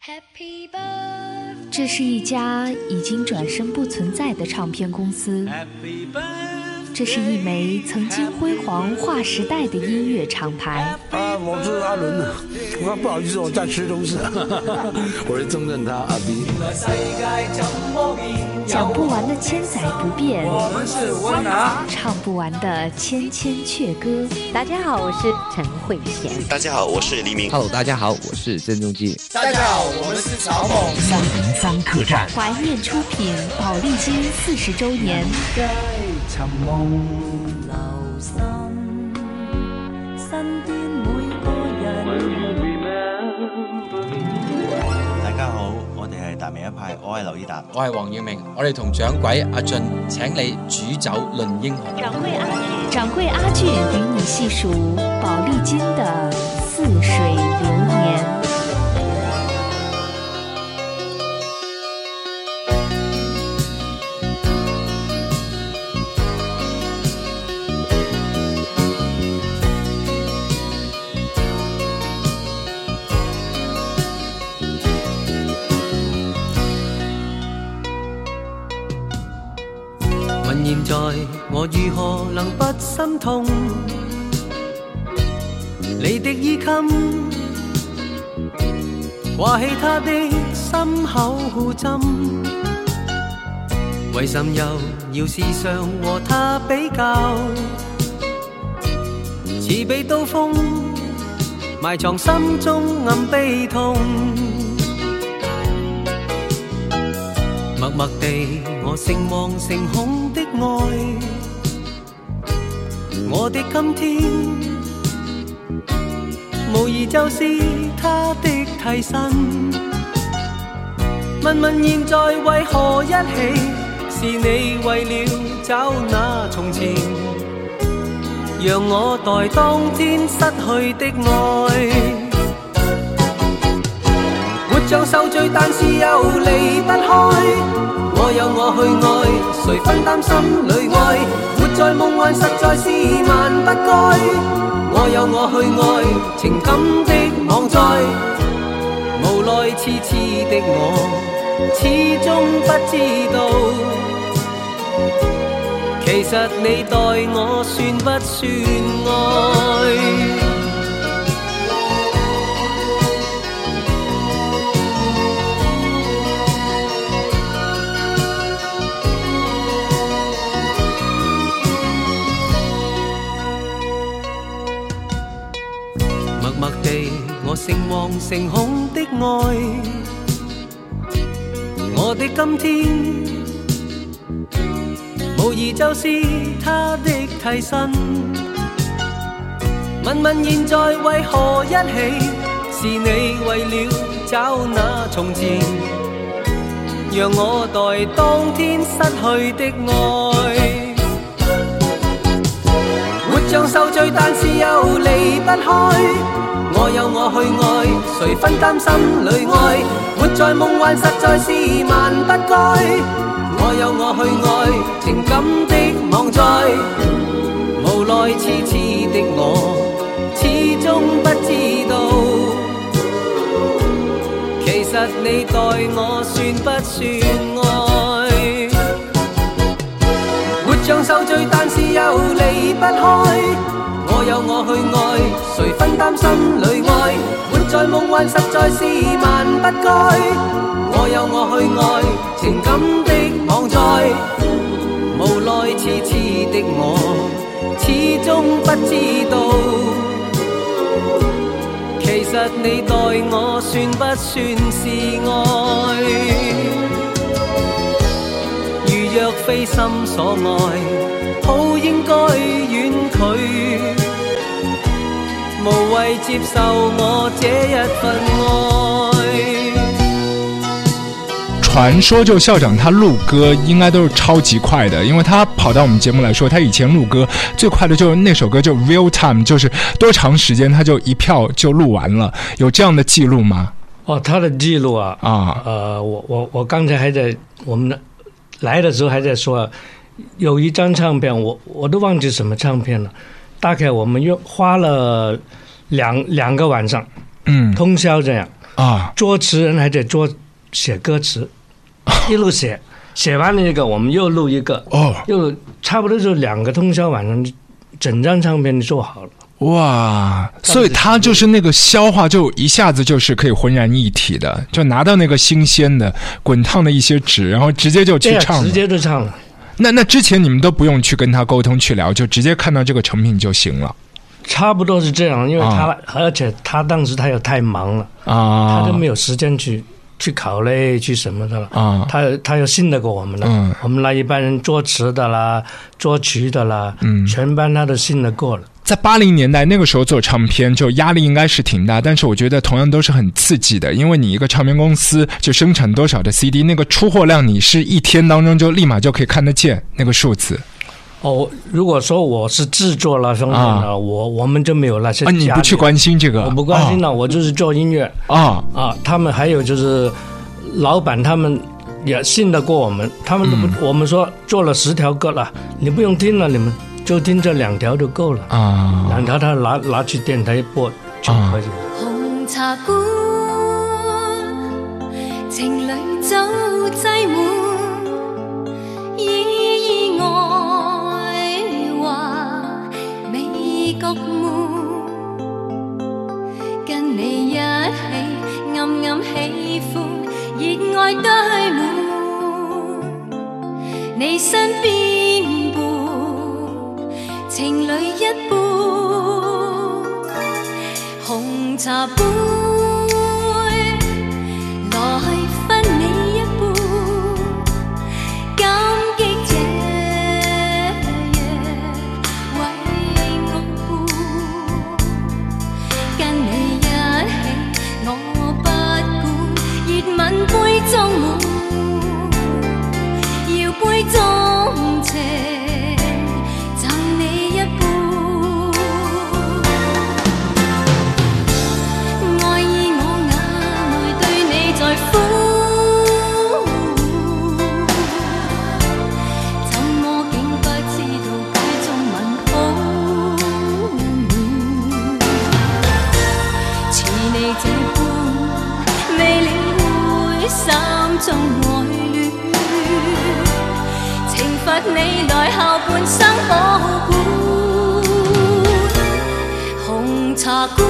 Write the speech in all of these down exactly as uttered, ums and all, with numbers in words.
这是一家已经转身不存在的唱片公司，这是一枚曾经辉煌划时代的音乐厂牌。 啊，我是阿伦啊，我不好意思，我在吃东西。我是曾正他阿 B。 讲不完的千载不变， 我们是温拿， 唱不完的千千阙歌。 大家好，我是陈慧娴。 大家好，我是黎明。 Hello， 大家好，我是郑中基。 大家好，我们是曹猛。 四零三客栈怀念出品宝丽金四十周年。 尋夢留心，身邊每個人。 大家好，我哋係達明一派，我係劉以達， 我係黃耀明，我哋同掌櫃阿俊請你煮酒論英雄。 掌櫃阿俊，掌櫃阿俊與你細數寶麗金的似水流年。 問現在我如何能不心痛？你的衣襟掛起他的心口針，為甚又要時常和他比較？似被刀鋒埋藏心中暗悲痛，默默地我誠惶誠恐的愛，我的今天無疑就是他的替身。問問現在為何一起？是你為了找那從前，讓我待當天失去的愛。活像受罪，但是又離不開。我有我去愛，誰分擔心裏愛？活在夢幻實在是萬不該。我有我去愛，情感的網載。無奈痴痴的我，始終不知道，其實你待我算不算愛？默默地我誠惶誠恐的愛，我的今天無疑就是他的替身。問問現在為何一起？是你為了找那從前，讓我待當天失去的愛。活像受罪，但是又離不開。我有我去愛，誰分擔心裏愛？活在夢幻實在是萬不該。我有我去愛，情感的網載。無奈痴痴的我，始終不知道，其實你待我算不算愛？活像受罪，但是又離不開。我有我去愛，誰分擔心裏愛？活在夢幻實在是萬不該。我有我去愛，情感的網載。無奈痴痴的我，始終不知道，其實你待我算不算是愛？如若非心所愛，好應該遠距，無謂接受我這一份愛。 传说就校长他录歌应该都是超级快的，因为他跑到我们节目来说，他以前录歌最快的就是那首歌就 Real Time， 就是多长时间他就一票就录完了，有这样的记录吗？ 哦，他的记录啊啊， 呃，我我我刚才还在我们来的时候还在说，有一张唱片，我我都忘记什么唱片了。大概我们用花了两两个晚上， 嗯， 通宵这样， 啊，作词人还在做写歌词，一路写，写完了一个我们又录一个， 哦， 又差不多就两个通宵晚上，整张唱片做好了。 哇，所以他就是那个消化就一下子就是可以浑然一体的，就拿到那个新鲜的滚烫的一些纸，然后直接就去唱了， 直接就唱了。 那那之前你们都不用去跟他沟通去聊，就直接看到这个成品就行了。 差不多是这样，因为他、啊、而且他当时他又太忙了啊，他都没有时间去去考虑去什么的了啊，他他又信得过我们了，嗯，我们那一般人作词的啦、作曲的啦，嗯，全班他都信得过了。 在八零年代那个时候做唱片，就压力应该是挺大，但是我觉得同样都是很刺激的，因为你一个唱片公司就生产多少的 C D， 那个出货量你是一天当中就立马就可以看得见那个数字。 哦，如果说我是制作那方面的，啊、我我们就没有那些啊，你不去关心这个， 我不关心了，啊、我就是做音乐啊啊，他们还有就是老板他们也信得过我们，他们都不、嗯、我们说做了十条歌了，你不用听了，你们就听这两条就够了啊，两条他拿拿去电台播就可以了。 紅茶館情侶酒擠滿，意外話美國悶，跟你一起暗暗喜歡，熱愛堆滿，你身邊伴情侶一般，紅茶杯來分你一半，感激這夜為我伴，跟你一起我不管，熱吻杯中滿，搖杯中情。中愛戀，懲罰你來後半生保管。紅茶館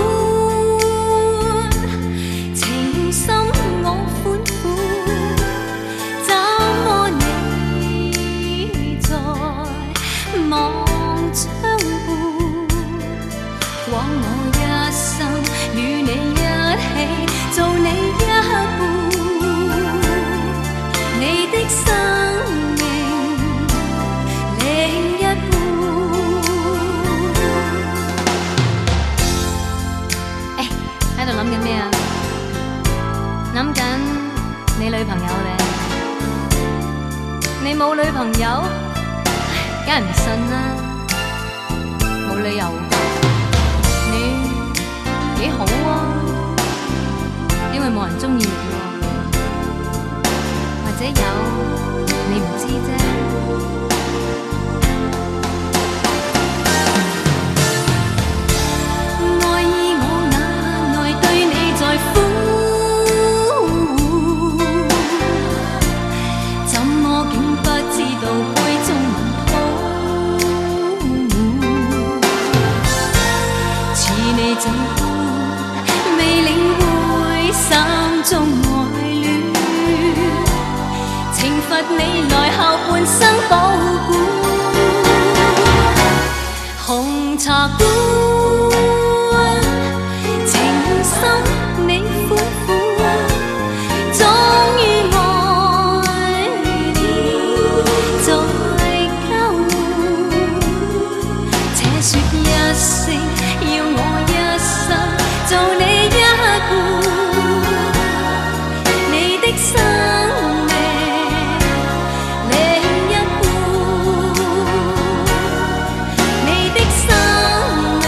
情深我款款，怎麼你在望窗畔？枉我一生與你一起做你一半。你的生命另一半，誒喺度諗緊咩啊？諗緊你女朋友咧？你冇女朋友？梗係唔信啦，冇理由㗎。你幾好啊，因為冇人鍾意你喎。或者有你唔知啫。愛意我眼內對你在乎，怎麼竟不知道杯中文譜？似你這般未領會心中愛戀。懲罰你來後半生保管，紅茶館情深你款款，終於愛你再交換，且說一聲要我一生做你一半，你的生命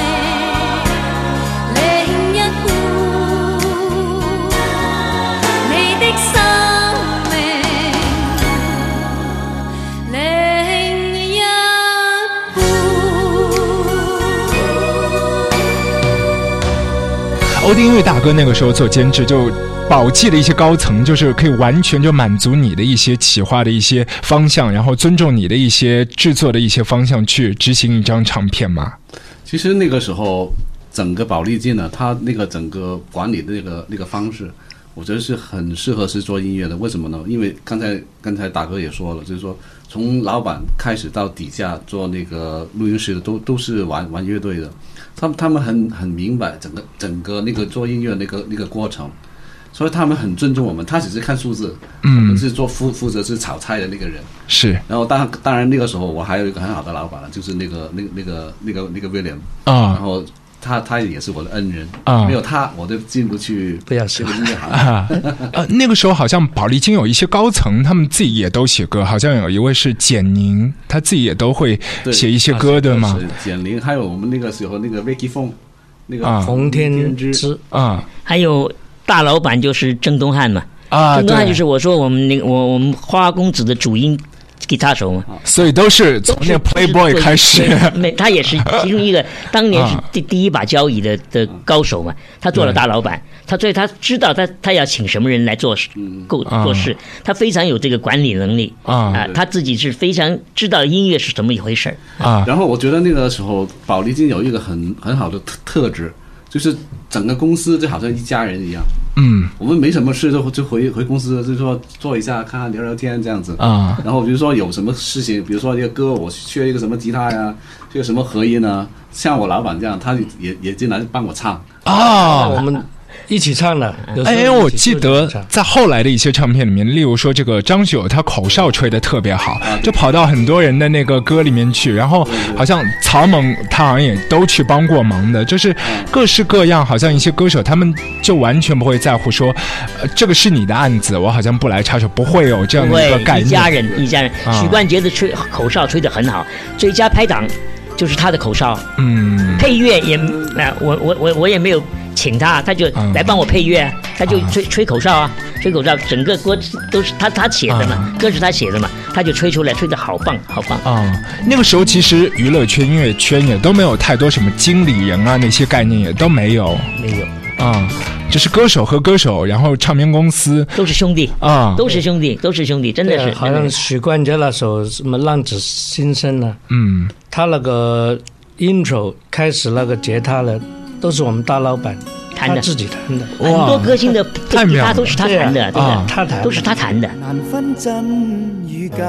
欧丁玉大哥那个时候做监制，就宝记的一些高层，就是可以完全就满足你的一些企划的一些方向，然后尊重你的一些制作的一些方向去执行一张唱片吗？ 其实那个时候，整个宝丽金呢，它那个整个管理的那个那个方式，我觉得是很适合是做音乐的。为什么呢？因为刚才刚才大哥也说了，就是说从老板开始到底下做那个录音师的，都都是玩玩乐队的。他们他们很很明白整个整个那个做音乐那个那个过程，所以他们很尊重我们。他只是看数字，嗯，我们是做负负责是炒菜的那个人。 是。 然后当当然那个时候我还有一个很好的老板了，就是那个那个那个那个那个 William 啊， 然后。他他也是我的恩人啊， 没有他我都进不去不要这个音乐行啊。呃，那个时候好像宝丽金有一些高层，他们自己也都写歌，好像有一位是简宁，他自己也都会写一些歌的嘛。 简宁，还有我们那个时候那个 Vicky 凤，那个洪天之啊， 还有大老板就是郑东汉嘛。 啊， 郑东汉就是我说我们那个我我们花公子的主音。吉他手嘛， 所以都是从那个 Playboy 开始。 他也是其中一个，当年是第第一把交椅的的高手嘛。他做了大老板，他所以他知道他他要请什么人来做够做事，他非常有这个管理能力啊。他自己是非常知道音乐是怎么一回事啊。然后我觉得那个时候宝丽金有一个很很好的特特质。就是整个公司就好像一家人一样， 嗯， 我们没什么事就就回回公司，就说坐一下，看看聊聊天这样子啊。 然后比如说有什么事情，比如说一个歌我缺一个什么吉他呀，缺个什么合音啊，像我老板这样，他也也进来帮我唱啊。我们一起唱的。 哎，我记得在后来的一些唱片里面，例如说这个张学友，他口哨吹得特别好，就跑到很多人的那个歌里面去，然后好像曹猛他好像也都去帮过忙的，就是各式各样，好像一些歌手他们就完全不会在乎说，呃，这个是你的案子，我好像不来插手，不会有这样的一个概念。 一家人，一家人。许冠杰的吹口哨吹得很好，最佳拍档就是他的口哨， 嗯， 配乐也，啊，我我我我也没有。请他，他就来帮我配乐，嗯、他就吹吹口哨啊，吹口哨，整个歌都是他他写的嘛，嗯、歌是他写的嘛，他就吹出来，吹得好棒，好棒啊、嗯！那个时候其实娱乐圈、音乐圈也都没有太多什么经理人啊，那些概念也都没有， 没有啊、嗯，就是歌手和歌手，然后唱片公司都是兄弟啊、嗯， 都是兄弟，都是兄弟，真的是。 好像许冠杰那首什么《浪子心声》呢， 嗯， 他那个 intro 开始那个吉他了。都是我们大老板弹的， 自己弹的。 很多歌星的吉他都是他弹的，对啊，他弹都是他弹的。 難分真與假，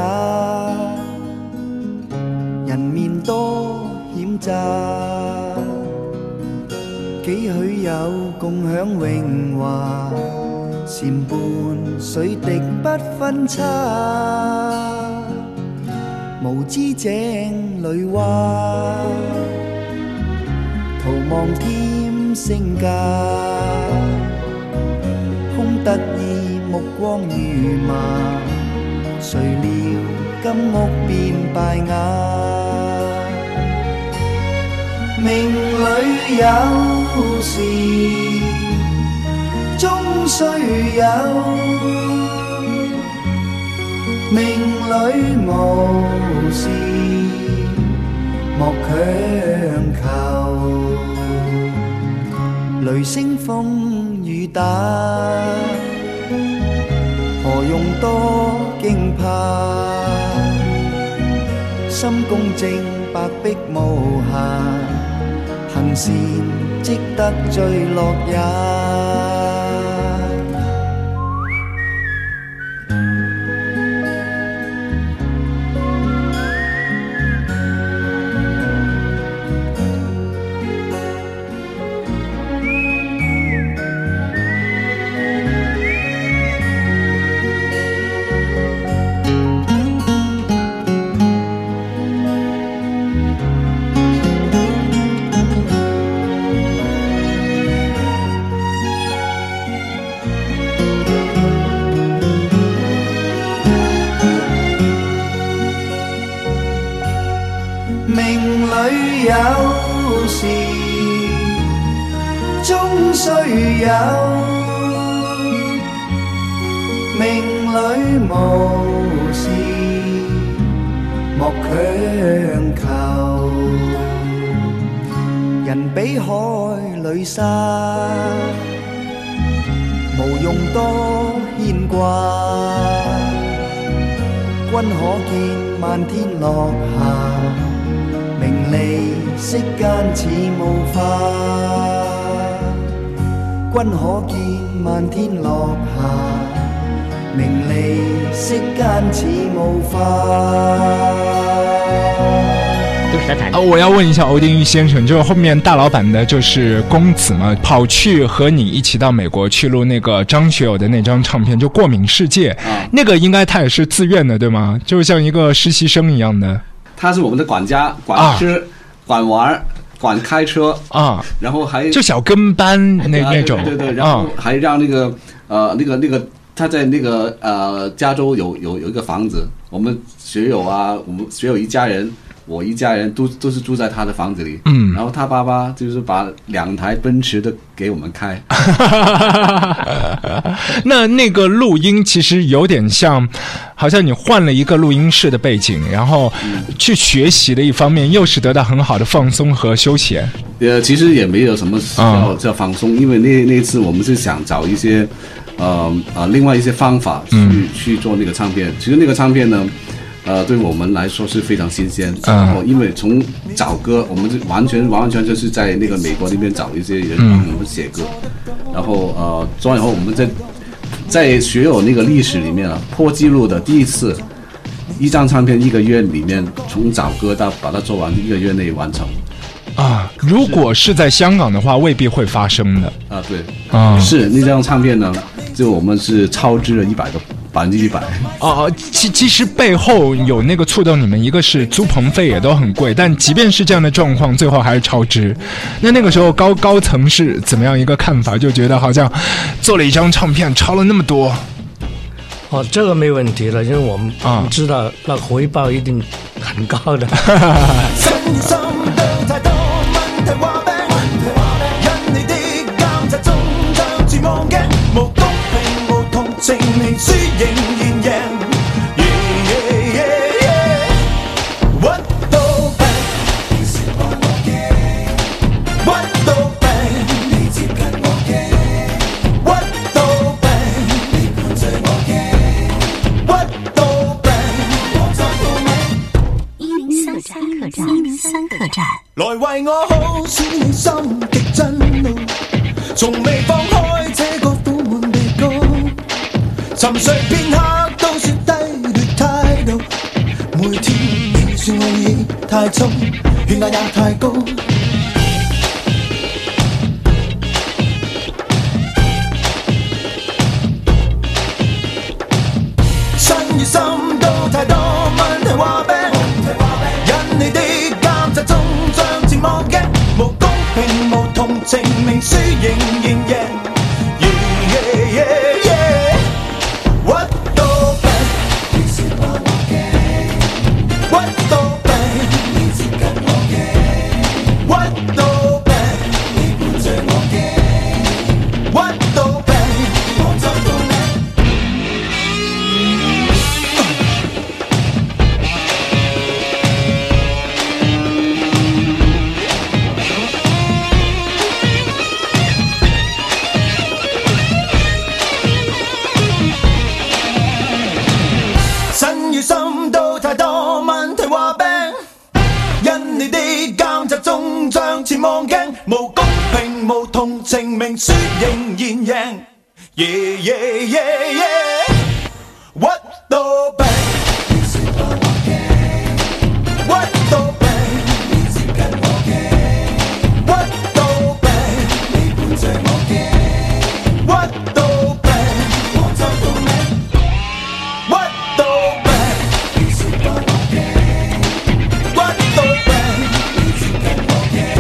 人面多險詐，幾許有共享榮華，禪伴水滴不分差，無知井裏蛙。徒望添聲價，空得意目光如麻，誰料金屋變敗瓦。命裏有時終須有，命裏無事莫強求。雷聲風雨打，何用多驚怕？心公正白璧無瑕，行善積得最樂也。有時終須有，命裏無事莫強求，人比海里沙，無用多牽掛。君可見漫天落霞，名利息間似霧化。君可見漫天落霞，名利息間似霧化。 啊，我要问一下欧丁玉先生，就是后面大老板的就是公子嘛，跑去和你一起到美国去录那个张学友的那张唱片，就《过敏世界》啊，那个应该他也是自愿的，对吗？就像一个实习生一样的。 他是我们的管家，管吃、啊、管玩、管开车啊， 然后还就小跟班那、啊、那种， 对对对，然后还让那个、啊、呃那个那个他在那个呃加州有有有一个房子，我们学友啊，我们学友一家人。我一家人都都是住在他的房子里，嗯，然后他爸爸就是把两台奔驰的给我们开。 那那个录音其实有点像，好像你换了一个录音室的背景，然后去学习的一方面，又是得到很好的放松和休闲。 呃，其实也没有什么叫叫放松，因为那那次我们是想找一些呃呃另外一些方法去、嗯、去做那个唱片。其实那个唱片呢。呃，对我们来说是非常新鲜。然后，因为从找歌，我们就完全完完全全是在那个美国那边找一些人帮我们写歌。嗯、然后，呃，做完以后，我们在在学友那个历史里面啊，破纪录的第一次，一张唱片一个月里面，从找歌到把它做完，一个月内完成。 啊，如果是在香港的话，未必会发生的。 啊，对，啊，是那张唱片呢，就我们是超支了一百个。百分之一百哦，其其实背后有那个触动你们，一个是租棚费也都很贵，但即便是这样的状况，最后还是超支。那那个时候高高层是怎么样一个看法？就觉得好像做了一张唱片超了那么多。 哦，这个没问题了，因为我们啊知道那回報一定很高的。 證明輸仍然贏 yeah, yeah, yeah, yeah. 屈到病你説話我驚，屈到病你接近我驚，屈到病你灌醉我驚，屈到病我再到你一零三三客棧，一零三客棧，來為我好使你心極震怒，從未放開這個苦悶地高。沉睡片刻都說低劣態度，每天你說我已太重，血壓也太高。身與心都太多問題話病，因你的監察終將漸忘記，無公平無同情，明輸仍然贏。Yeah, yeah, yeah. 無公平無同情，明輸仍然贏 Yeah, yeah, yeah, yeah 屈到病你説話我驚，屈到病你接近我驚，屈到病你灌醉我驚，屈到病我再到你，屈到病你説話我驚，屈到病你接近我驚。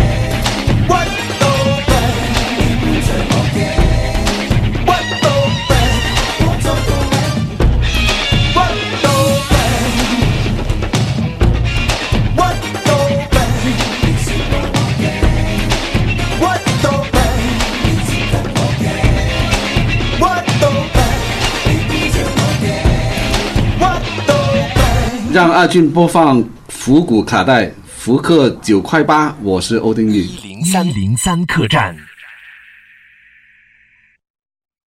让阿俊播放复古卡带，福克九块八，我是欧丁玉。 零三零三客栈。